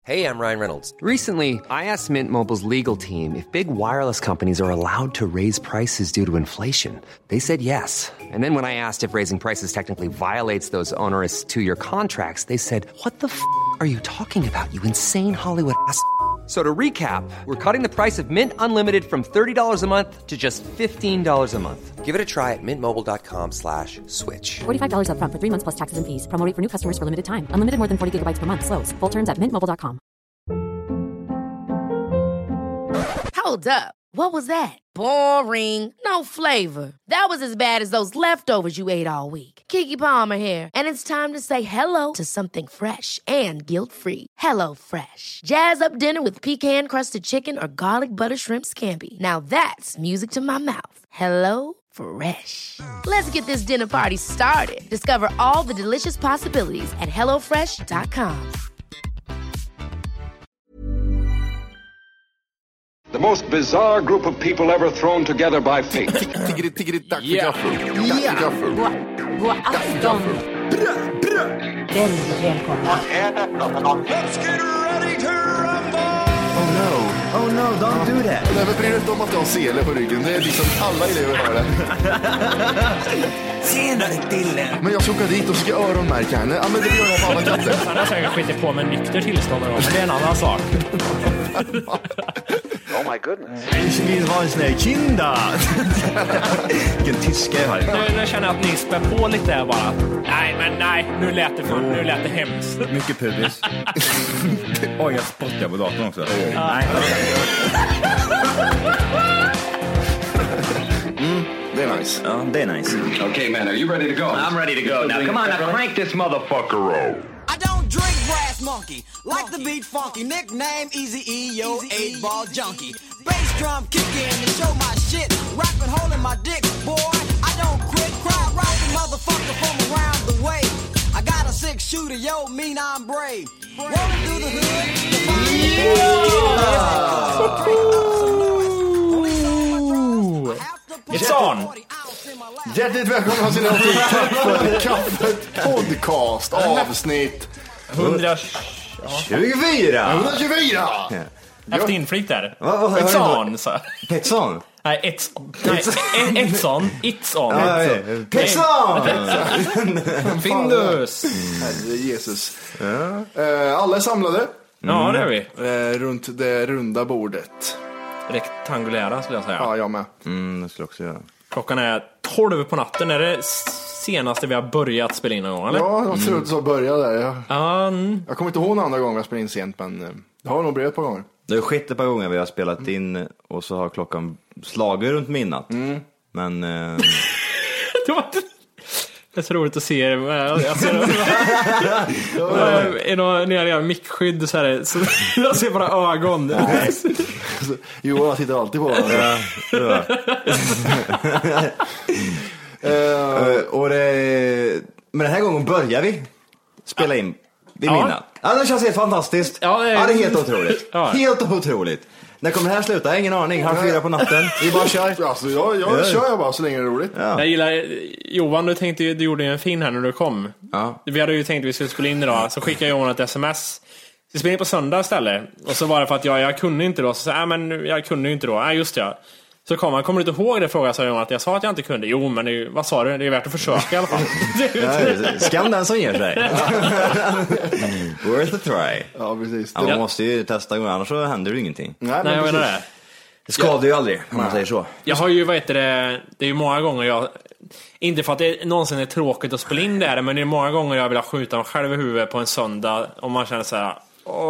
Hey, I'm Ryan Reynolds. Recently, I asked Mint Mobile's legal team if big wireless companies are allowed to raise prices due to inflation. They said yes. And then when I asked if raising prices technically violates those onerous two-year contracts, they said, "What the are you talking about, you insane Hollywood ass?" So to recap, we're cutting the price of Mint Unlimited from $30 a month to just $15 a month. Give it a try at mintmobile.com/switch. $45 up front for 3 months plus taxes and fees. Promo rate for new customers for limited time. Unlimited more than 40 gigabytes per month. Slows full terms at mintmobile.com. Hold up. What was that? Boring. No flavor. That was as bad as those leftovers you ate all week. Keke Palmer here, and it's time to say hello to something fresh and guilt-free. Hello Fresh. Jazz up dinner with pecan-crusted chicken or garlic butter shrimp scampi. Now that's music to my mouth. Hello Fresh. Let's get this dinner party started. Discover all the delicious possibilities at hellofresh.com. The most bizarre group of people ever thrown together by fate. Tiggeri, tack för gaffel. God afton. Väldigt välkomna. Let's get ready to rumble! Oh no, don't do that. Nej, men bryr dig inte om att du har sele på ryggen. Det är liksom alla elever har det. Senare Dille. Men jag ska åka dit och ska öronmärka henne. Ja, men det gör jag på alla katter. Han har säkert skitit på med nykter tillstånd, men det är en annan sak. Oh my goodness. Ich vill ha en sån här kinda. Vilken tyska jag har. Nu känner jag att ni spär på lite där bara. Nej, nu lät det hemskt. Mycket pubis. Oj, jag spottar på datorn också. Nej. Det är nice. Ja, det är nice. Okay, man, are you ready to go? I'm ready to go. Now, come on, now crank this motherfucker roll. I don't drink Brass Monkey, like the beat funky, nickname Eazy-E, yo, 8-ball junkie. Bass drum kickin' and show my shit, rapping holding my dick, boy. I don't quit, cry rockin' motherfucker from around the way. I got a 6-shooter, yo, mean I'm brave. Rolling through the hood, It's on! Hjärtligt välkomna till Kaffet podcast avsnitt 124. 124. Efter inflytt där. It's on, så. It's on. Nej, it's on. It's on. It's on. Findus. Herre Jesus. Alla är samlade. Ja, det är vi. Runt det runda bordet. Rektangulära skulle jag säga. Ja, jag med. Det skulle jag också göra. Klockan är 12 på natten. Är det senaste vi har börjat spela in någon gång, eller? Ja, jag tror att så började där. Jag kommer inte ihåg en andra gång jag spelade in sent, men det har nog blivit ett par gånger. Det har skett ett par gånger vi har spelat in och så har klockan slagit runt midnatt. Men det är så roligt att se er. Jag ser när jag gör mickskydd så här, så jag ser bara ögon. Jo, jag tittar alltid på det. Men den här gången börjar vi spela in vid midnatt. Ja, det känns helt fantastiskt. Ja, det är helt otroligt. Helt otroligt. När kommer det här sluta? Jag har ingen aning. 3:30 på natten. Vi bara kör. Alltså, jag kör bara så länge det är roligt. Ja. Jag gillar Johan, du gjorde ju en fin här när du kom. Ja. Vi hade ju tänkt att vi skulle spela in idag. Så skickade Johan ett sms. Vi spelade in på söndag istället. Och så var det för att jag kunde inte då. Så men jag kunde ju inte då. Nej, just ja. Så kommer du inte ihåg det, frågade jag Johan, att jag sa att jag inte kunde. Jo, men vad sa du? Det är värt att försöka i alla fall. Skam den som ger sig. Worth a try. Ja, precis. Ja, man måste ju testa gånger, annars så händer det ingenting. Nej, jag menar det. Det skadar ju aldrig, om man säger så. Jag har ju, det är ju många gånger jag, inte för att det någonsin är tråkigt att spela in det här, men det är många gånger jag vill skjuta mig själv i huvudet på en söndag. Om man känner så här,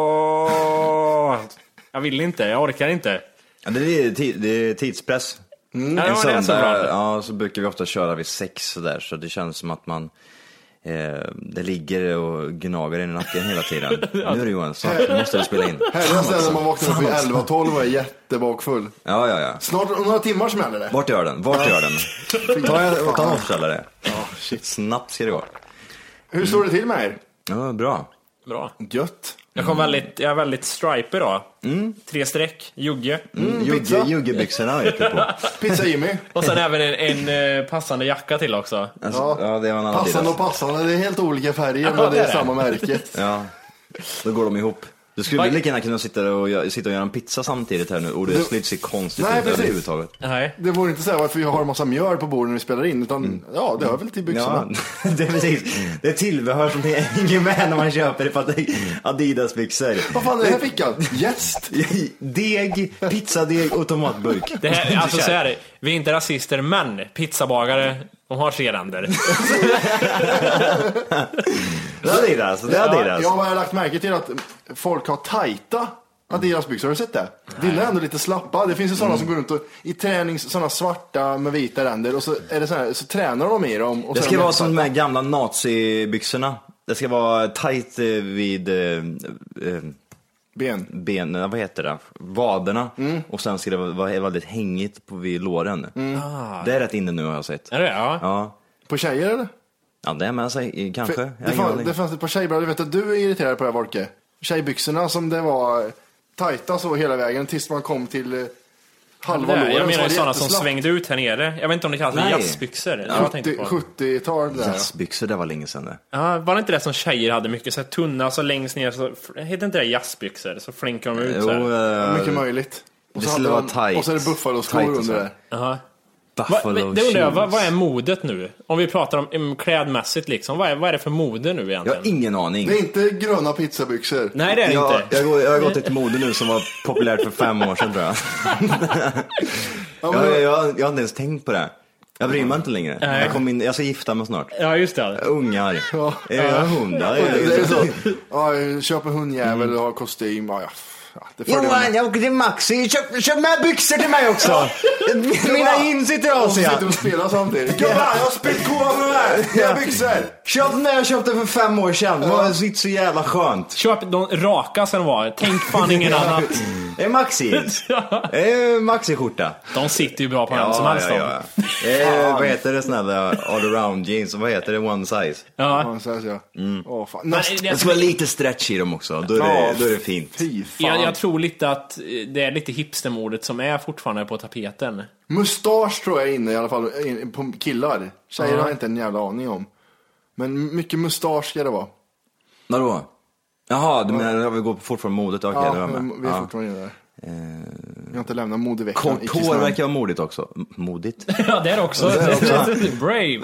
jag vill inte, jag orkar inte. Ja, det är tidspress. En söndag, så brukar vi ofta köra vid 6 så där, så det känns som att man det ligger och gnager i nacken hela tiden. Nu är det Johan, så måste vi spela in. När man vaknar upp vid 11-12 och är jättebakfull. Ja. Snart några timmar smäller det. Vart gör den? Ta en återställare. Snabbt ska det gå. Hur står det till med er? Ja, bra. Gött. Jag är väldigt striper då. 3 streck, jugge. Juggebyxorna vet du på. Pizza Jimmy. Och sen även en passande jacka till också. Alltså, ja, det är passande och passande. Det är helt olika färger, men det är samma märke. Ja, då går de ihop. Du skulle lika gärna kunna sitta och göra en pizza samtidigt här nu. Och det skulle inte se konstigt ut överhuvudtaget. Nej. Det vore inte så här varför jag har en massa mjöl på bordet när vi spelar in. Utan ja, det hör väl till byxorna. Ja, det är precis. Det är tillbehör som hänger med när man köper det för att Adidas-byxor. Vad fan är det här fickan? Jäst? Deg, pizzadeg och tomatburk. Det här, alltså så här, vi är inte rasister, men pizzabagare, de har 3 ränder. Det är Adidas. Jag har lagt märke till att folk har tajta Adidas-byxor. Har du sett det? Dina är ändå lite slappa. Det finns ju sådana som går runt och, i tränings, sådana svarta med vita ränder. Och så är det så här, så tränar de i dem. Och det ska vara som de här gamla nazibyxorna. Det ska vara tajt vid benen, vad heter det? Vaderna. Och sen ska det vara väldigt hängigt vid låren. Det är rätt inne nu har jag sett. Är det? Ja. På tjejer eller? Ja, det är med sig kanske. Det fanns ett par tjejbröd. Du vet att du är irriterad på det här, Volke. Tjejbyxorna som det var tajta så hela vägen tills man kom till halva låren. Jag menar sådana som svängde ut här nere. Jag vet inte om det kallas jazzbyxor. 70-tal där. Jazzbyxor, det var länge sedan det. Ja, var det inte det som tjejer hade mycket så här tunna så längst ner så heter inte det jazzbyxor så flänkar de ut så här. Mycket möjligt. Och det så skulle vara tajt. Och så är det buffaloskor under det. Jaha. Det undrar jag, vad är modet nu? Om vi pratar om klädmässigt liksom, vad är det för mode nu egentligen? Jag har ingen aning. Det är inte gröna pizzabyxor. Nej, det är det inte. Jag har gått ett mode nu som var populärt för 5 år sedan tror jag. Jag har inte ens tänkt på det. Jag bryr mig inte längre. Jag ska gifta mig snart. Ja, just det. Ungar. Hundar. Det är så. Ja, köp en hundjävel och ha kostym. Johan, jag åker till Maxi. Köp med byxor till mig också. Mina jeans sitter av sig. Och sitter och spelar samtidigt. Jag har spett kova för det här. Jag har byxor. Jag köpte för 5 år sedan. Det sitter så jävla skönt. Köp de raka sen var. Tänk fan ingen annat. Det är Maxi jeans. Det är Maxi-skjorta. De sitter ju bra på vem som helst. Vad heter det snälla all-around jeans? Vad heter det? One size? Ja. One size, ja. Det ska vara lite stretch i dem också. Då är det fint. Jag tror lite att det är lite hipstermodet som är fortfarande på tapeten. Mustasch tror jag är inne i alla fall på killar. Tjejer har inte en jävla aning om. Men mycket mustasch ska det vara. Vadå? Jaha, du menar vi går fortfarande modet? Okay, ja, vi är fortfarande inne där. Vi har inte lämnat modeveckan. Kort hår verkar vara modigt också. Modigt? Ja, det är också. Brave.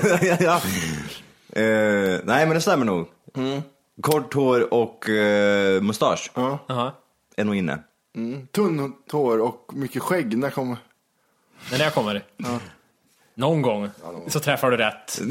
Nej, men det stämmer nog. Kort hår och mustasch är nog inne. Tunn hår och mycket skägg. När kommer? När det kommer. Någon gång så träffar du rätt.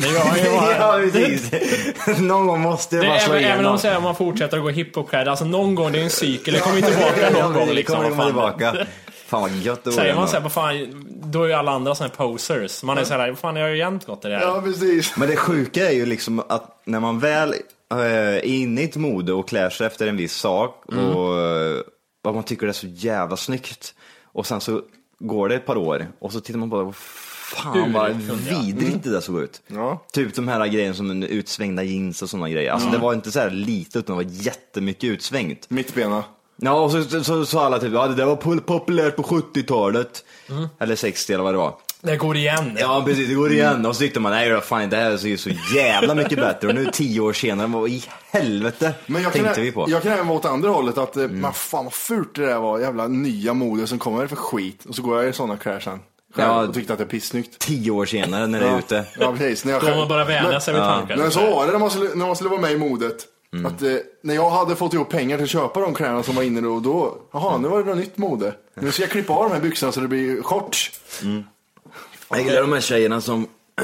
Någon gång måste det vara så. Även om man fortsätter att gå hiphop-klädd. Alltså någon gång, det är en cykel. Det kommer tillbaka någon gång. Det kommer tillbaka. Fan vad gött. Säger man så här, fan, då är ju alla andra såna här posers. Man är så här, fan jag har ju jämt gått det här. Ja, precis. Men det sjuka är ju liksom att när man väl är inne i ett mode och klär sig efter en viss sak och vad man tycker det är så jävla snyggt. Och sen så går det ett par år och så tittar man på det. Fan vad vidrigt det där såg ut. Typ de här grejerna som utsvängda jeans och sådana grejer. Alltså det var inte så här lite utan det var jättemycket utsvängt. Mittbena. Ja, och så sa alla typ, det där var populärt på 70-talet. Eller 60 eller vad det var. Det går igen. Ja, precis, det går igen. Och så tyckte man, nej fan, det här ser ju så jävla mycket bättre. Och nu 10 år senare, vad i helvete tänkte vi på. Jag kan även vara åt andra hållet att man fan vad fult det där var. Jävla nya mode som kommer för skit. Och så går jag i såna crashen. Och tyckte att det är pissnyggt. 10 år senare när det är ute. Ja, precis. När man bara vänja sig vid tanken. Men så var det när man skulle vara med i modet. Att när jag hade fått ihop pengar till att köpa de kläderna som var inne då, nu var det något nytt mode. Nu ska jag klippa av de här byxorna så det blir shorts. Jag gillar de här tjejerna som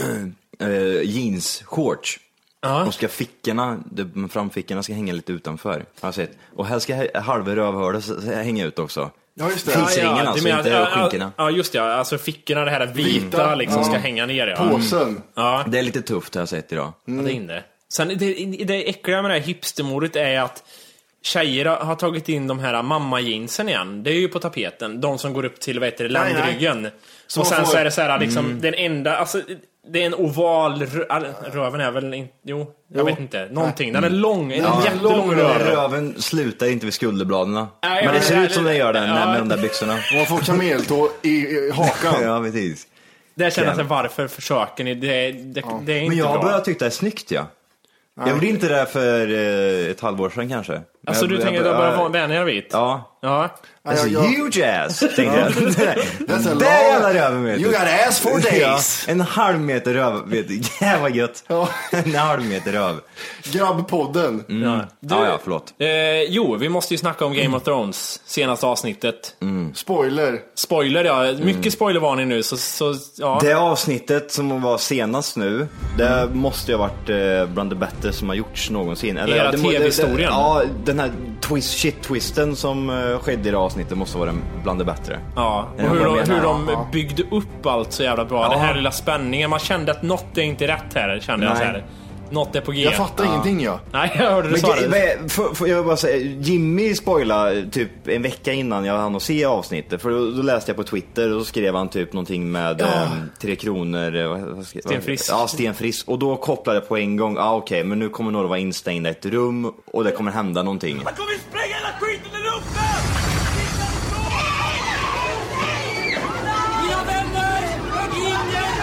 jeans shorts. Och ska fickorna, framfickorna ska hänga lite utanför, har jag sett. Och här ska halva rövhålet hänga ut också. Ja, just det. Fisringen alltså, inte skinkorna. Ja, just det. Alltså fickorna, det här vita liksom ska hänga ner. Ja. Påsen. Det är lite tufft har jag sett idag. Ja, det är inne. Sen det äckliga med det här hipstermodet är att tjejer har tagit in de här mamma-jeansen igen. Det är ju på tapeten. De som går upp till, ländryggen. Och sen så är det så här liksom, den enda, alltså det är en oval röven är väl inte, jag vet inte, någonting. Den är lång, en jättelång röv. Röven slutar inte vid skulderbladen. Men det ser ut som det gör den med de där byxorna. Och man får kameltå i hakan. Ja, precis. Det känner sig varför försöker ni, det är inte. Men jag bra. börjar tycka det är snyggt, Jag gjorde inte det för ett halvår sedan kanske. Alltså du tänker att jag bara vänja vid? Ja. That's a huge ass, tänkte jag. That's a Det är jävla röven, vet du. You got ass for days. En halv meter röv, vet du. Jävla gött. En halv meter röv. Grabbpodden. Ja, förlåt. Jo, vi måste ju snacka om Game of Thrones, senaste avsnittet. Spoiler, ja. Mycket spoilervarning nu, så ja. Det avsnittet som var senast nu, det måste ju ha varit bland det bättre som har gjorts någonsin. Eller, hela tv-historien. Ja, den här shit-twisten som skedde i det avsnittet måste vara bland det bättre. Ja, och hur de byggde upp allt så jävla bra. Den här lilla spänningen, man kände att något är inte rätt här, kände jag så här. Något är på G. Jag fattar ingenting, Nej, jag hörde det sa det. Jag vill bara säga, Jimmy spoilade typ en vecka innan jag hann att se avsnittet. För då läste jag på Twitter och då skrev han typ någonting med 3 kronor. Sten Frisk. Ja, Sten Frisk. Och då kopplade jag på en gång, okej, men nu kommer några vara instängda i ett rum och det kommer hända någonting. Man kommer spränga hela skiten i luften! Mina vänner, ingen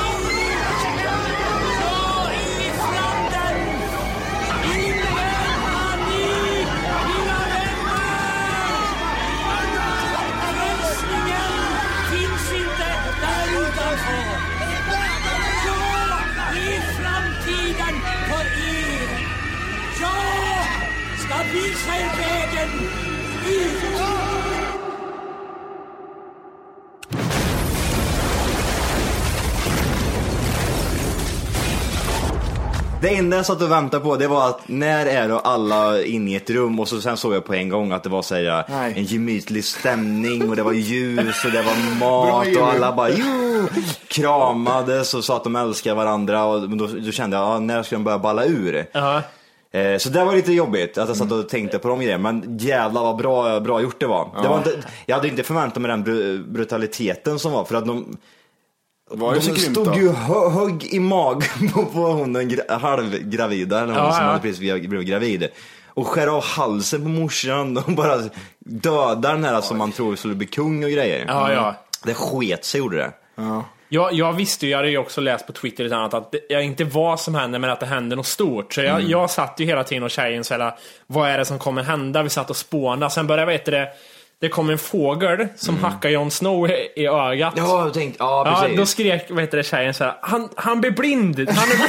visa er vägen ut! Det enda jag satt och väntade på, det var att när är då alla inne i ett rum, och så sen såg jag på en gång att det var så här, en gemytlig stämning och det var ljus och det var mat och alla bara kramades och sa att de älskar varandra, och då kände jag, när ska de börja balla ur? Så det var lite jobbigt att jag satt och tänkte på de grejerna. Men jävlar vad bra gjort det var. Det var inte, jag hade inte förväntat mig den brutaliteten som var. För att de stod ju högg i magen på hon den halvgravida, eller hon som hade precis blivit gravid, och skär av halsen på morsan och bara dödar den här som man tror skulle bli kung och grejer. Det sket sig, gjorde det. Jag visste ju, jag hade ju också läst på Twitter lite annat, att jag inte vad som händer, men att det händer något stort. Så jag satt ju hela tiden och tjejen så här, vad är det som kommer hända? Vi satt och spånade. Sen började det kom en fågel som hackade Jon Snow i ögat. Ja, jag tänkte, precis. Då skrek tjejen så här, han blir blind.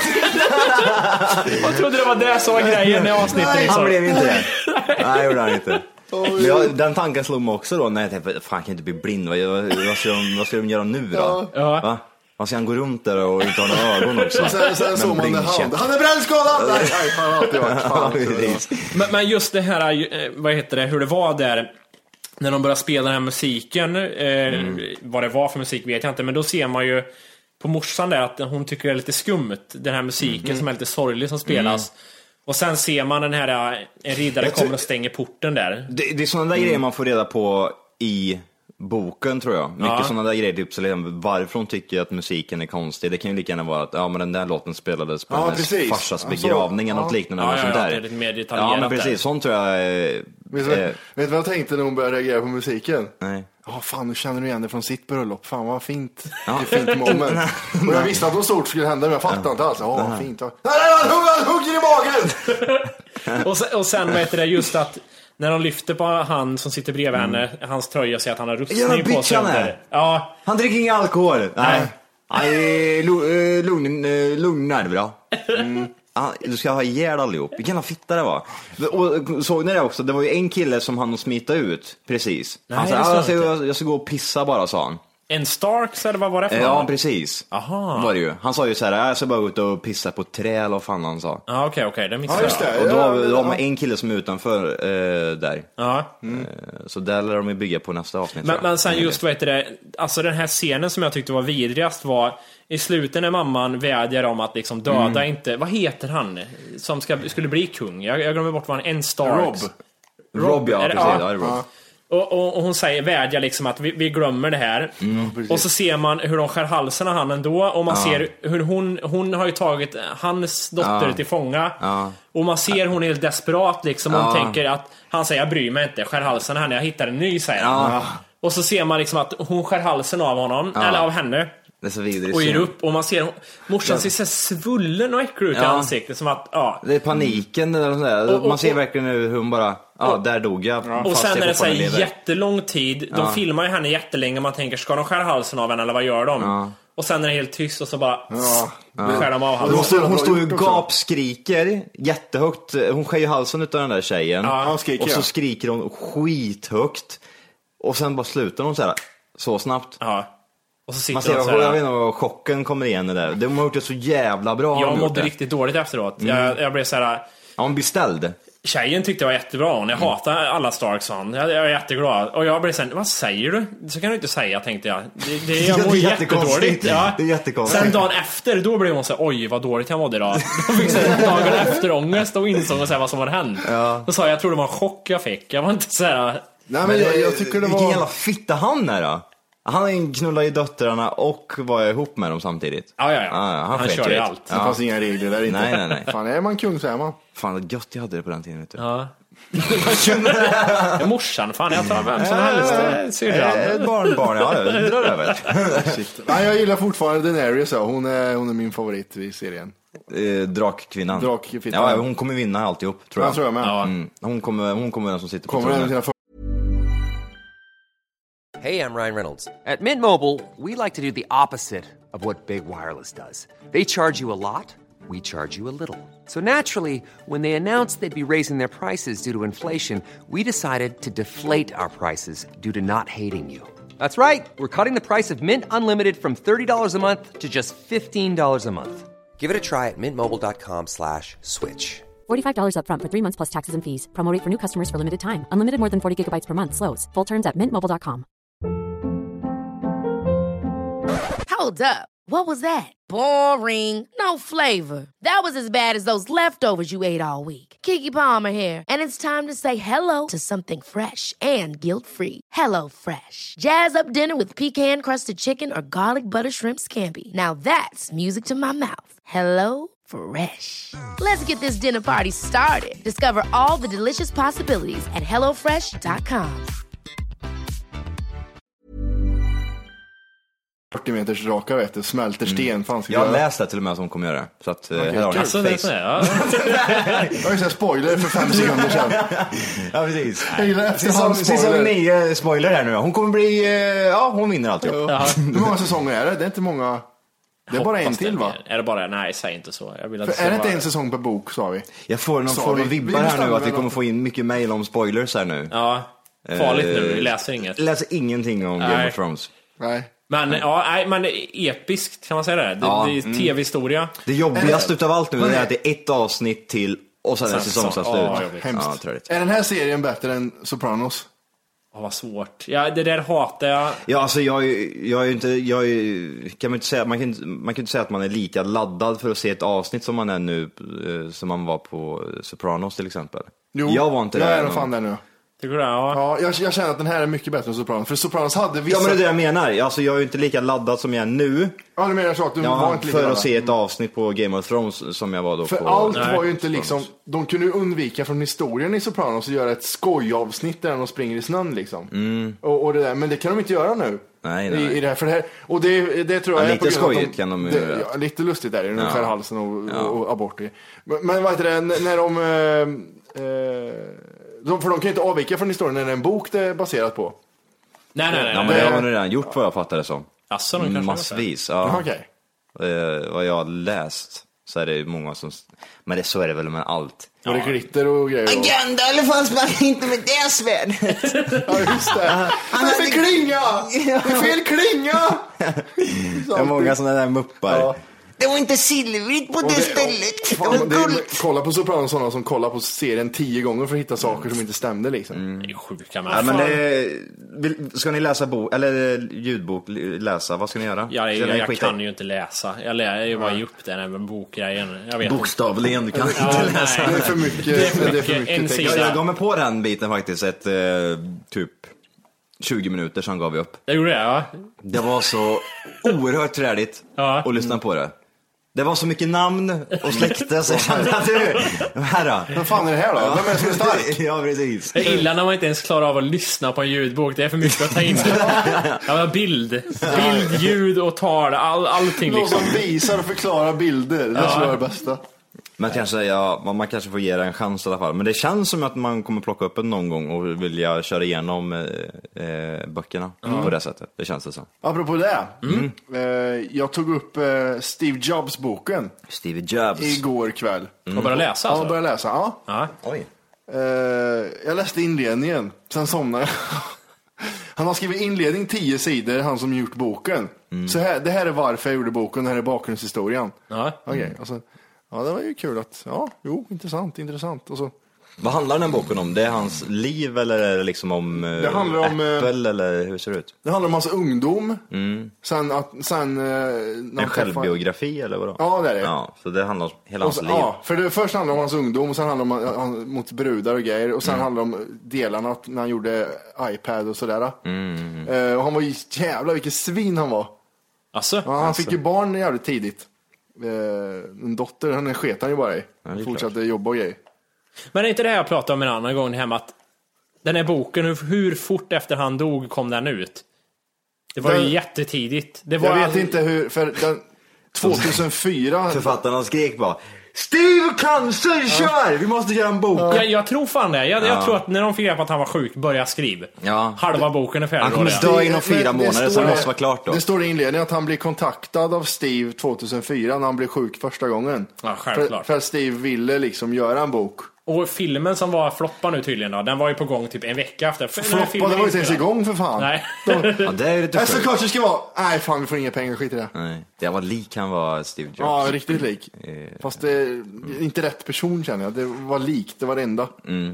Jag trodde det var det som var grejen i avsnittet. Nej, han blev inte det. Nej, gjorde han inte. Men den tanken slog mig också då när jag tänkte, fan, kan inte bli blind. Vad ska de göra nu då? Va? Man ska han gå runt där och inte ha några ögon också. Sen såg man det. Han är brännskadad! Nej, han har alltid varit. Men just det här, hur det var där när de började spela den här musiken, vad det var för musik vet jag inte, men då ser man ju på morsan där att hon tycker det är lite skumt, den här musiken som är lite sorglig som spelas. Och sen ser man den här, en riddare kommer och stänger porten där. Det är sådana där grejer man får reda på i boken, tror jag. Mycket sådana där grejer, typ så varför hon tycker att musiken är konstig. Det kan ju lika gärna vara att men den där låten spelades på hennes farsas begravning eller något liknande. Sånt där. Det är lite mer detaljerat. Ja, men precis, sånt tror jag. Vet du vad jag tänkte när hon började reagera på musiken? Nej. Fan, nu känner du igen det från sitt bröllop. Fan, vad fint. Det är fint moment. Och jag visste att något stort skulle hända, men jag fattade inte alls. Fint. Nej, han hugger i magen! och sen vet det just att när de lyfter på han som sitter bredvid henne, hans tröja, ser att han har rustning på sig. Ja. Han dricker ingen alkohol. Nej, lugn nerver då. Du ska ha ihjäl allihop. Vilken jävla fitta det var. Och såg ni det också? Det var ju en kille som han smita ut. Precis. Han sa, jag ska gå och pissa bara, sa han. En Starks, eller vad var det för Ja, precis. Aha. Var det ju. Han sa ju så här, jag ska bara gå ut och pissa på trä, eller vad fan han sa. Ja, okej, det missade jag. Och då har man en kille som är utanför där. Så där lär de ju bygga på nästa avsnitt. Men sen just, vet du, alltså den här scenen som jag tyckte var vidrigast var i slutet när mamman vädjar om att liksom döda inte, vad heter han som skulle bli kung? Jag glömmer bort vad han, en Starks. Rob, ja, precis. Ja, det är Rob. Och hon vädjar liksom att vi glömmer det här. Och så ser man hur de skär halsen av han ändå. Och man ser hur hon har ju tagit hans dotter till fånga. Och man ser hon är helt desperat liksom. Hon tänker att han säger, jag bryr mig inte, skär halsen av henne, jag hittar en ny, säger han. Och så ser man liksom att hon skär halsen av honom, eller av henne. Det är så vidrigt. Och ger upp och man ser morsan ser så svullen och äcklig ut i ansiktet som att det är paniken eller sånt där. Man ser verkligen hur hon bara där dog jag. Och sen är det så här jättelång tid. De filmar ju henne jättelänge. Man tänker, ska de skära halsen av henne eller vad gör de? Och sen är det helt tyst och så bara skär de av halsen. Hon står ju gapskriker jättehögt. Hon skär ju halsen utav den där tjejen. Och så skriker hon skithögt. Och sen bara slutar hon så snabbt. Och så man ser jag vet inte vad chocken kommer igen i det. De har gjort det så jävla bra. Jag mådde riktigt dåligt efteråt. Jag blev så här. Hon blev ställd. Tjejen tyckte jag var jättebra. Jag hatar alla Starks. Jag är jätteglad. Och jag blev sen, vad säger du? Så kan du inte säga, tänkte jag. Jag mår jättedåligt. Ja. Det är jättekonstigt. Sen dagen efter, då blev hon så här, oj vad dåligt jag mådde idag. Då fick jag dagen efter ångest och insåg och säga vad som hade hänt. Då sa jag tror det var en chock jag fick. Jag var inte så här. Nej, men jag tycker det var... Vilken jävla fitta han är då. Han knullar ju döttrarna och var ihop med dem samtidigt. Han kör ju allt. Det fanns inga regler där inte. Nej. Fan, är man kung så är man. Fan, vad gött jag hade det på den tiden, vet du. Morsan, fan, jag tar vem som helst. Syrran. Barnbarn, jag drar över. Nej, jag gillar fortfarande Daenerys. Hon är min favorit i serien. Drakkvinnan. Drakkvinnan. Ja, hon kommer vinna alltihop, tror jag. Jag tror jag med. Hon kommer den som sitter på tronen. Hey, I'm Ryan Reynolds. At Mint Mobile, we like to do the opposite of what Big Wireless does. They charge you a lot, we charge you a little. So naturally, when they announced they'd be raising their prices due to inflation, we decided to deflate our prices due to not hating you. That's right. We're cutting the price of Mint Unlimited from $30 a month to just $15 a month. Give it a try at mintmobile.com/switch. $45 up front for 3 months plus taxes and fees. Promo rate for new customers for limited time. Unlimited more than 40 gigabytes per month. Slows full terms at mintmobile.com. Hold up. What was that? Boring. No flavor. That was as bad as those leftovers you ate all week. Keke Palmer here, and it's time to say hello to something fresh and guilt-free. Hello Fresh. Jazz up dinner with pecan-crusted chicken or garlic butter shrimp scampi. Now that's music to my mouth. Hello Fresh. Let's get this dinner party started. Discover all the delicious possibilities at hellofresh.com. 40 meters raka, vet du, smälter sten. Jag har läst det till och med som kommer göra. Så att här har alltså, det är jag har ju sett spoiler för 5 sekunder sedan. Ja, precis. Precis som ni spoiler här nu. Hon kommer bli, hon vinner alltid. Hur många säsonger är det? Det är inte många. Det är bara en till, va? Är det bara, nej, säg inte så. Jag vill är det inte en säsong per bok, sa vi? Jag får någon vibbar här nu att vi kommer få in mycket mail om spoilers här nu. Ja, farligt nu, vi läser inget. Läser ingenting om Game of Thrones. Nej. Men men episkt, kan man säga det? Det är tv-historia. Det jobbigaste utav allt nu är att det är ett avsnitt till och sen är säsongsavslut. Hemskt. Är den här serien bättre än Sopranos? Vad svårt. Ja, det där hatar jag. Ja, alltså jag är inte, kan man inte säga, man kan inte säga att man är lika laddad för att se ett avsnitt som man är nu, som man var på Sopranos till exempel. Jo, jag var inte jag där. är fan där nu. Tycker du det? Ja, jag känner att den här är mycket bättre än Sopranos. För Sopranos hade vissa... Ja, men det är det jag menar. Alltså, jag är inte lika laddad som jag är nu. Ja, du menar så att du var inte lika för laddad. Att se ett avsnitt på Game of Thrones som jag var då för på... allt var ju inte liksom... De kunde undvika från historien i Sopranos och göra ett skojavsnitt där de springer i snön liksom. Och det där. Men det kan de inte göra nu. Nej. I det här. För det här. Och det tror jag är lite skojigt kan de göra. Ja, lite lustigt där. De skär halsen och abort i. Men vad heter det? När för de kan ju inte avvika från historien när det är en bok det är baserat på. Nej. Ja, men det har man redan gjort vad jag fattar det som. Alltså, de kanske massvis, ja. Okej. Vad jag har läst så är det många som... Men det så är det väl med allt. Och det glitter och grejer. Agenda i alla fall sprang inte med det svärdet. Ja, just det. Det är fel klinga! Det är fel klinga! Det är många sådana där muppar. Ja. Det var inte silvrigt på det stället. Fan, det var guld. Kolla på Sopranos, sådana som kollar på serien 10 gånger för att hitta saker som inte stämde liksom. Det är sjuka med. Ja, men ska ni läsa bok eller ljudbok läsa? Vad ska ni göra? Jag kan ju inte läsa. Jag bara ge upp den även bokgrejen. Jag vet bokstavligen du kan inte läsa. Det är för mycket. Jag gav mig på den biten faktiskt typ 20 minuter sedan gav vi upp. Jag gjorde det, ja. Det var så oerhört träligt att lyssna på det. Det var så mycket namn och släkte så jag kände att Vad fan är det här då? Vem är det som är stark? Ja, precis. Det är illa när man inte ens klarar av att lyssna på en ljudbok. Det är för mycket att ta in. Bild, ljud och tal, allting Någon liksom. som visar och förklarar bilder. Det skulle vara det bästa. Men kanske, man kanske får ge det en chans i alla fall. Men det känns som att man kommer plocka upp en någon gång och vilja köra igenom böckerna på det sättet. Det känns det som. Apropå det. Jag tog upp Steve Jobs-boken. Steve Jobs. Igår kväll. Och började läsa alltså? Ja, började läsa, ja. Oj. Jag läste inledningen. Sen somnade jag. Han har skrivit inledning 10 sidor, han som gjort boken. Så det här är varför jag gjorde boken, det här är bakgrundshistorien. Okej, alltså. Ja, det var ju kul att, intressant. Och så. Vad handlar den här boken om? Det är hans liv eller är det liksom om det handlar om Apple eller hur ser det ut? Det handlar om hans ungdom. Sen en självbiografi eller vadå? Ja, det är det. Ja, så det handlar om hela hans liv. Ja, för det först handlar om hans ungdom och sen handlar det om mot brudar och grejer och sen handlar det om delarna när han gjorde iPad och sådär. Och han var ju jävla vilken svin han var. Alltså? Ja, han fick ju barn jävligt tidigt. En dotter, han sket han ju bara i. Fortsatte jobba och grejer. Men är inte det här jag pratade om en annan gång hem att den här boken, hur fort efter han dog kom den ut? Det var ju jättetidigt. Det var jag vet inte hur, för den 2004 författarna skrek bara Steve Cancer, kör! Vi måste göra en bok. Jag tror fan det. Jag tror att när de fick reda på att han var sjuk, börja skriva. Halva boken är färdig. Han kommer dö inom 4 månader så det måste vara klart då. Det står i inledningen att han blir kontaktad av Steve 2004 när han blev sjuk första gången. Ja, självklart. För Steve ville liksom göra en bok. Och filmen som var floppa nu tydligen då, den var ju på gång typ en vecka efter. Floppa, det var ju inte ens igång för fan. Nej. Ja, det är lite sjukt. Så klart det ska vara, nej fan vi får inga pengar, skit i det. Nej, det var lik han var Steve Jobs. Ja, riktigt lik. Fast det är inte rätt person känner jag, det var likt, det var det enda.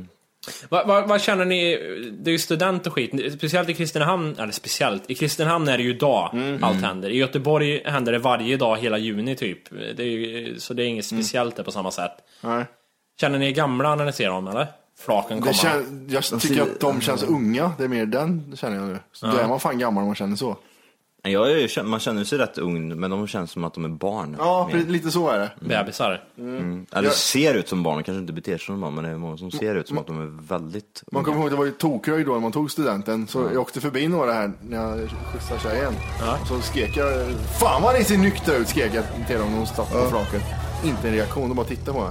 Vad känner ni, det är ju student och skit, speciellt i Kristinehamn, eller speciellt, i Kristinehamn är det ju dag allt händer. I Göteborg händer det varje dag hela juni typ. Det är ju, så det är inget speciellt där på samma sätt. Nej. Känner ni er gamla när ni ser dem, eller? Flaken komma. Jag tycker att de känns unga. Det är mer den känner jag nu. Så då är man fan gammal om man känner så. Man känner sig rätt ung, men de känns som att de är barn. Ja, lite så är det. Bebisar. Eller ser ut som barn, kanske inte beter sig som barn, men det är många som ser ut som att de är väldigt unga. Man kommer ihåg att det var ju tokröj då när man tog studenten. Så jag åkte förbi några här när jag skjutsade tjejen. Så skrek jag, fan vad ni ser nyktra ut, skrek jag till dem när de satt på flaket. Inte en reaktion, de bara tittade på mig.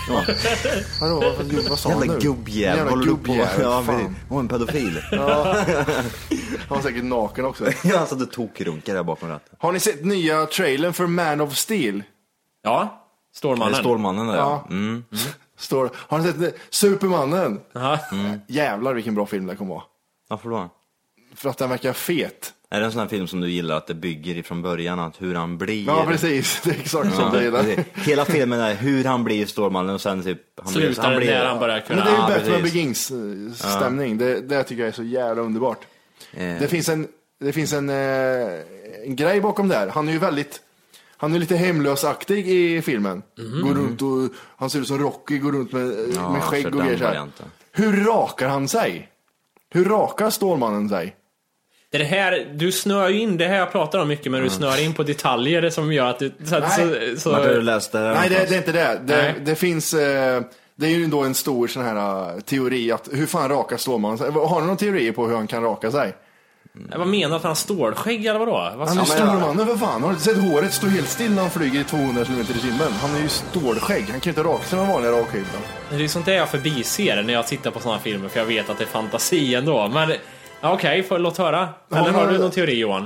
Hallå, vad sa han nu? Jävla gubbjävel. Ja, var en pedofil. Ja. Han var säkert naken också. Ja, alltså det tokrunkar där bakom ratten. Har ni sett nya trailern för Man of Steel? Ja, Stålmannen. Stålmannen där, ja. Har ni sett Supermannen? Mm. Jävlar vilken bra film det kommer vara. Varför då? För att den verkar fet. Är det en sån här film som du gillar, att det bygger ifrån början, att hur han blir? Ja, precis. Det är exakt som det är. Hela filmen är hur han blir Stålmannen och sen typ slutar det när han börjar kunna. Men det är ju Batman Begins stämning. Det tycker jag är så jävla underbart. Det finns en grej bakom där. Han är lite hemlösaktig i filmen. Går runt och han ser ut som Rocky, går runt med skägg och grejer så här. Hur rakar han sig? Hur rakar Stålmannen sig? Det här, du snör in, det här jag pratar om mycket, men du snör in på detaljer som gör att du... Har du läst det här? Nej, det är inte det. Det finns... Det är ju då en stor sån här teori att hur fan rakar Stålmannen sig? Har du någon teori på hur han kan raka sig? Vad menar du, att han stålskägg eller vadå? Han är Stålmannen för fan. Har du sett håret stå helt still när han flyger i 200 km i timmen? Han är ju stålskägg. Han kan ju inte raka sig med vanliga rakskivlar. Det är ju sånt där jag förbiser när jag tittar på såna här filmer, för jag vet att det är fantasi ändå. Men okej, låt höra. Eller har du någon teori, Johan?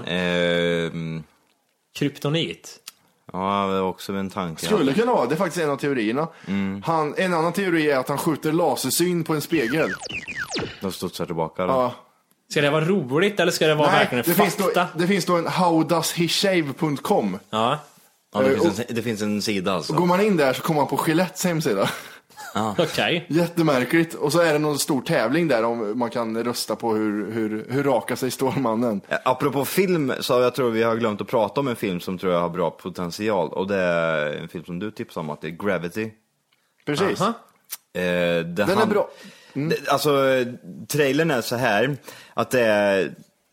Kryptonit. Ja, det är också en tanke. Skulle kunna vara, det är faktiskt en av teorierna. En annan teori är att han skjuter lasersyn på en spegel. De studsar tillbaka då. Ja. Ska det vara roligt eller ska det vara verkligen fakta? Det finns då en howdoesheshave.com. Ja. Det finns en sida alltså. Och går man in där så kommer man på Gillettes hemsida. Okej. Jättemärkligt. Och så är det någon stor tävling där om man kan rösta på hur raka sig Stålmannen. Apropå film så jag tror vi har glömt att prata om en film som tror jag har bra potential. Och det är en film som du tipsade om, att det är Gravity. Precis. Den är bra. Alltså trailern är så här att det är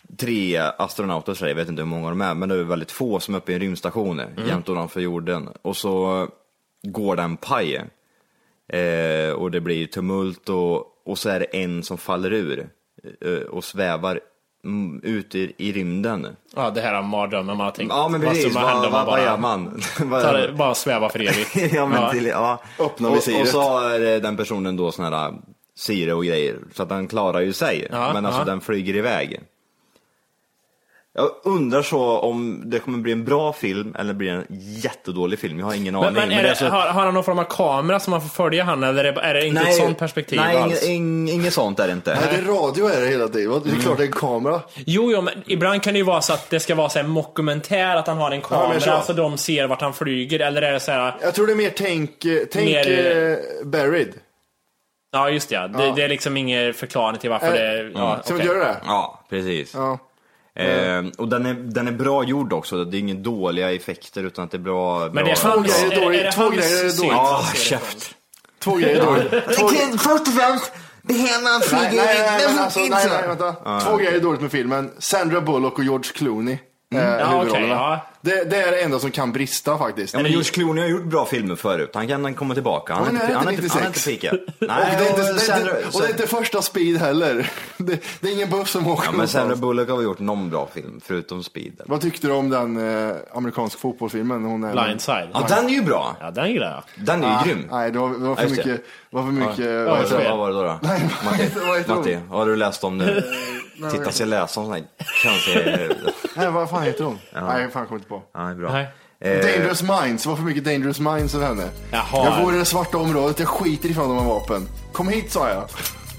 3 astronauter, så jag vet inte hur många de är, men det är väldigt få som är uppe i en rymdstation jämt ovanför jorden. Och så går den paj. Och det blir tumult och så är det en som faller ur och svävar ut i rymden. Ja, det här är mardrömmen man har tänkt. Ja, men precis, vad gör man? Bara sväva för evigt. Ja, men öppna visiret. Och så är den personen då sån här syre och grejer, så att den klarar ju sig. Men alltså den flyger iväg. Jag undrar så om det kommer bli en bra film eller blir en jättedålig film. Jag har ingen aning. Men är det, så... har han någon form av kamera som man får följa han, eller är det inte ett sånt perspektiv alls? Nej, inget sånt är det inte. Nej, det är radio är det hela tiden. Det är klart det är en kamera. Jo, men ibland kan det ju vara så att det ska vara så här mockumentär, att han har en kamera så de ser vart han flyger, eller är det så här... Jag tror det är mer tänk Buried. Ja, just det. Det är liksom ingen förklaring till varför det... Ja, så gör det? Ja, precis. Ja. Och den är bra gjord också. Det är inga dåliga effekter, utan att det är bra. Men det är två grejer är dåligt. Ja, käft. 2 grejer är dåligt. Först och främst, det här man flyger nej, vänta. 2 grejer är dåligt med filmen. Sandra Bullock och George Clooney. Det är det enda som kan brista faktiskt. Ja, men George Clooney har gjort bra filmer förut. Han kan komma tillbaka. Han är inte pika. Nej, och det är inte första Speed heller. Det är ingen buss som åker. Ja, men Sandra Bullock har gjort någon bra film förutom Speed. Vad tyckte du om den amerikansk fotbollsfilmen? Blindside. Ja, den är ju bra. Ja, den gillar jag. Den är ju grym. Nej, det var för mycket. Vad var det då? Nej, Matti, har du läst om det? Titta, ska jag läsa om sån här kanske. Nej, vad fan heter hon? Nej, fan kommer inte på. Nej, bra. Dangerous Minds, vad för mycket Dangerous Minds av henne. Jag går i det svarta området, jag skiter ifrån de här vapen. Kom hit, sa jag.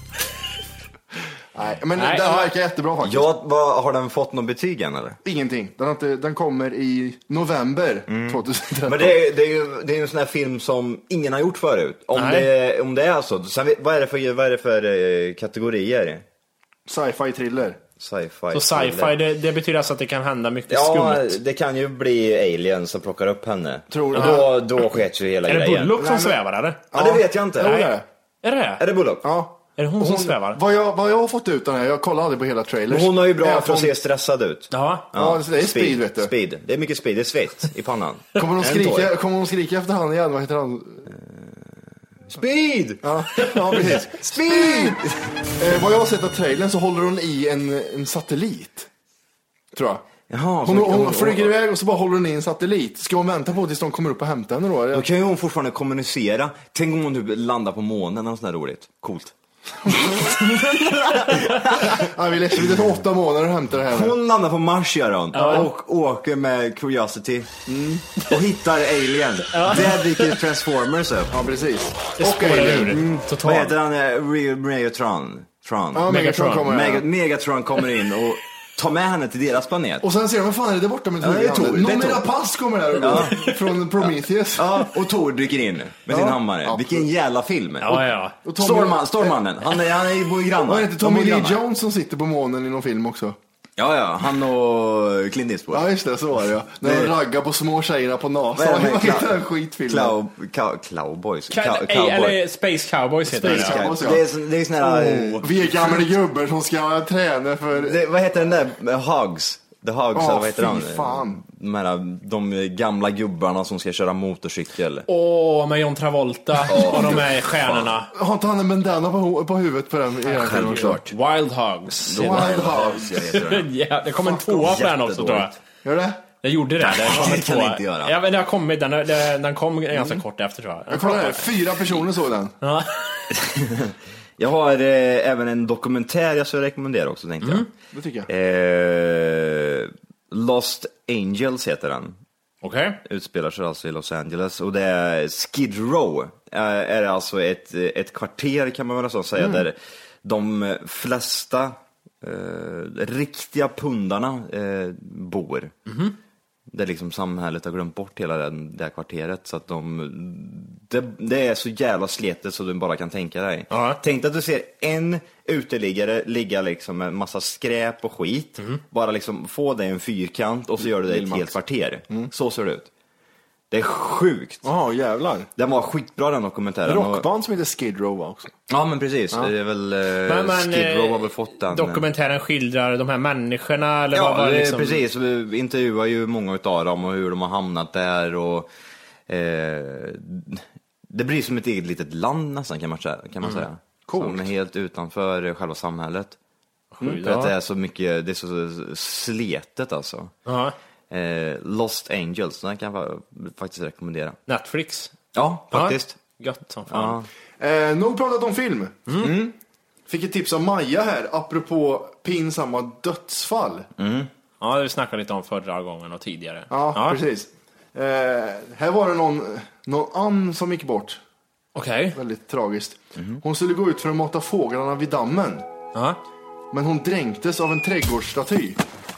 Nej, men den verkar jättebra faktiskt. Har den fått någon betyg än eller? Ingenting, den kommer i november 2013. Men det är ju en sån här film som ingen har gjort förut. Om det är så. Sen, vad är det för kategorier? Sci-fi thriller. Så sci-fi, det betyder alltså att det kan hända mycket skumt. Ja, det kan ju bli aliens som plockar upp henne. Och då sker ju hela grejen. Är det Bullock som svävar eller? Ja, det vet jag inte. Är det Bullock? Ja. Är det hon som svävar? Vad jag har fått ut den här, jag kollade aldrig på hela trailers. Men hon har ju bra för att se stressad ut. Ja, det är speed vet du. Speed. Det är mycket speed, det är svett i pannan. Kommer hon skrika efter han igen? Vad heter han? Speed! Ja, precis. Speed! Vad jag har sett av trailern så håller hon i en satellit. Tror jag. Jaha, hon flyger iväg och så bara håller hon i en satellit. Ska hon vänta på tills de kommer upp och hämtar henne då? Då kan ju hon fortfarande kommunicera. Tänk om hon nu landar på månen eller sånt där roligt. Coolt. Vi läser det 8 månader och hämtar det här. Hon landar på Mars gör hon. Och åker med Curiosity och hittar Alien. Där dyker Transformers upp. Ja, precis. Och Alien. Vad heter han? Megatron. Ja, Megatron kommer in och tar med henne till deras planet. Och sen ser de, vad fan är det där borta med Tor? Numera pass kommer där från Prometheus. Och Tor dyker in med sin hammare. Vilken jävla film. Och Stormannen. Han är ju grannar. Var det inte Tommy Lee Jones som sitter på månen i någon film också? Ja, han och Clint Eastwood. Ja, just det, så var det ja. När de raggar på små tjejerna på NASA. Vad är det en skitfilm? Cowboys. Eller Space Cowboys heter det. Det är såna här... Vi är gamla gubbar som ska träna för... Vad heter den där? Hogs. The Hogs, eller vad heter den? Fan. De gamla gubbarna som ska köra motorcykel. Med John Travolta och de är stjärnorna. Har inte han en bandana på huvudet på den? Självklart. Wild Hogs. Ja, det kom en 2 på den också tror jag. Gör det? Jag gjorde det. Det kan inte göra. Ja, men den kom ganska kort efter tror jag. Jag kollar här, 4 personer såg den. Ja. Jag har även en dokumentär jag ska rekommendera också, tänkte jag. Det tycker jag. Lost Angels heter den. Okej. Utspelar sig alltså i Los Angeles. Och det är Skid Row. Är alltså ett kvarter kan man väl så säga. Där de flesta riktiga pundarna bor. Där liksom samhället har glömt bort hela det här kvarteret. Så att det är så jävla sletet så du bara kan tänka dig. Tänk att du ser en uteliggare ligga liksom med massa skräp och skit. Bara liksom få dig en fyrkant och så gör du det i ett helt kvarter. Så ser det ut. Det är sjukt. Ja, jävlar. Den var skitbra den dokumentären. Rockband som heter Skid Row också. Ja, men precis. Det är väl Skid Row har väl fått den. Dokumentären skildrar de här människorna eller ja, vad var liksom... precis. Vi intervjuar ju många utav dem och hur de har hamnat där och det blir som ett eget litet land nästan kan man säga. Coolt. Som är helt utanför själva samhället. För att det är så mycket, det är så sletet alltså. Lost Angels, den kan jag faktiskt rekommendera. Netflix? Ja, faktiskt. Gött som fan. Nog pratat om film. Fick ett tips av Maja här, apropå pinsamma dödsfall. Ja, det vi snackade lite om förra gången och tidigare. Ja. Precis. Här var det någon ann som gick bort. Okej. Väldigt tragiskt. Hon skulle gå ut för att mata fåglarna vid dammen. Men hon dränktes av en trädgårdsstaty.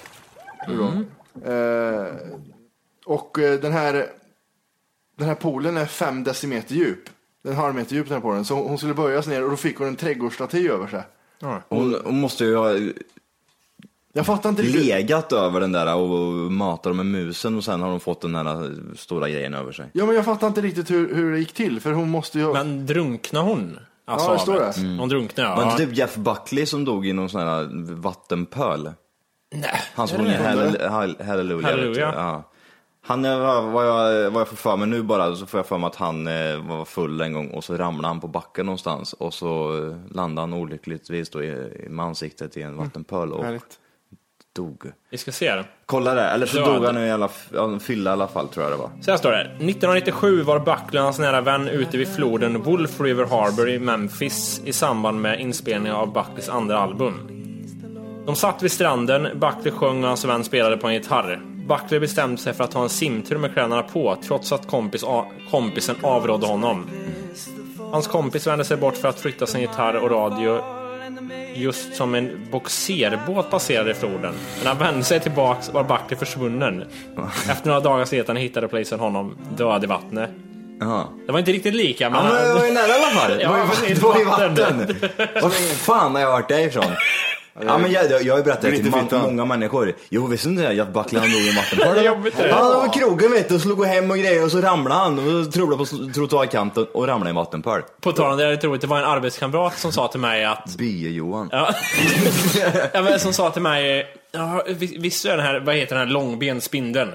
Och den här poolen är 5 decimeter djup. Den är en halv meter djup den här poolen. Så hon skulle böjas ner och då fick hon en trädgårdsstaty över sig. Hon måste ju ha jag fattar inte legat över den där och matat dem med musen och sen har de fått den där stora grejen över sig. Ja, men jag fattar inte riktigt hur det gick till. För hon måste ju... Men drunkna hon? Alltså, ja, det står det. Hon drunknade, ja. Men typ Jeff Buckley som dog i någon sån här vattenpöl. Nej. Han som Halleluja. Ja. Han vad jag får för mig nu bara så får jag för mig att han var full en gång och så ramlade han på backen någonstans och så landade han olyckligtvis då med ansiktet i en vattenpöl och dog. Vi ska se det. Kolla det, eller så dog han i en fylla i alla fall tror jag det var. Så här står det. 1997 var Buckley och hans nära vän ute vid floden Wolf River Harbor i Memphis i samband med inspelningen av Buckleys andra album. De satt vid stranden, Buckley sjöng och hans vän spelade på en gitarr. Buckley bestämde sig för att ta en simtur med kläderna på trots att kompisen avrådde honom. Hans kompis vände sig bort för att flytta sin gitarr och radio just som en boxerbåt passerade i floden. Men han vände sig tillbaks var Buckley försvunnen. Efter några dagar sedan hittade polisen honom död i vattnet. Det var inte riktigt lika, men... Ja, men det var ju nära i alla fall. Det var ju vatten. Vad fan har jag varit därifrån? Ja, men jag har ju berättat till många människor. Jo, visst inte jag Buckley han dog i vatten. Han var krogen vet du, och slog hem och grejer och så ramlade han och trolade på trottoarkanten och ramlade i en vattenpöl. På tal om det, jag tror att det var en arbetskamrat som sa till mig att Johan. Ja. Ja, men som sa till mig visst är den här, vad heter den här långbenspindeln?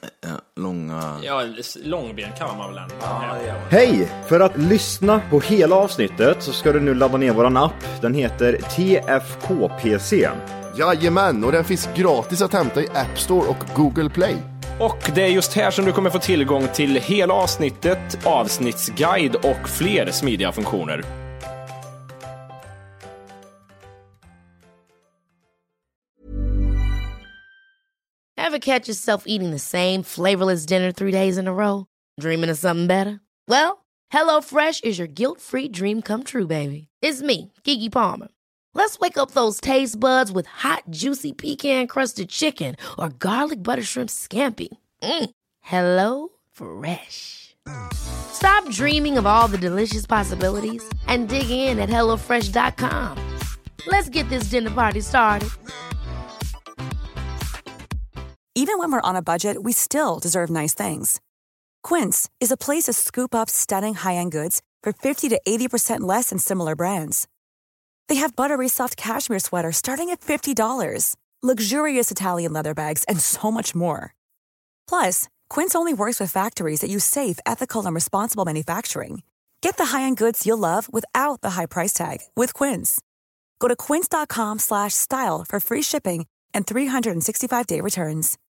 Långben kan man väl Hej! För att lyssna på hela avsnittet så ska du nu ladda ner våran app. Den heter TFKPC. Jajamän, och den finns gratis att hämta i App Store och Google Play. Och det är just här som du kommer få tillgång till hela avsnittet, avsnittsguide och fler smidiga funktioner. Ever catch yourself eating the same flavorless dinner 3 days in a row? Dreaming of something better? Well, HelloFresh is your guilt-free dream come true, baby. It's me, Keke Palmer. Let's wake up those taste buds with hot, juicy pecan-crusted chicken or garlic butter shrimp scampi. Hello Fresh. Stop dreaming of all the delicious possibilities and dig in at HelloFresh.com. Let's get this dinner party started. Even when we're on a budget, we still deserve nice things. Quince is a place to scoop up stunning high-end goods for 50 to 80% less than similar brands. They have buttery soft cashmere sweaters starting at $50, luxurious Italian leather bags, and so much more. Plus, Quince only works with factories that use safe, ethical, and responsible manufacturing. Get the high-end goods you'll love without the high price tag with Quince. Go to quince.com/style for free shipping and 365-day returns.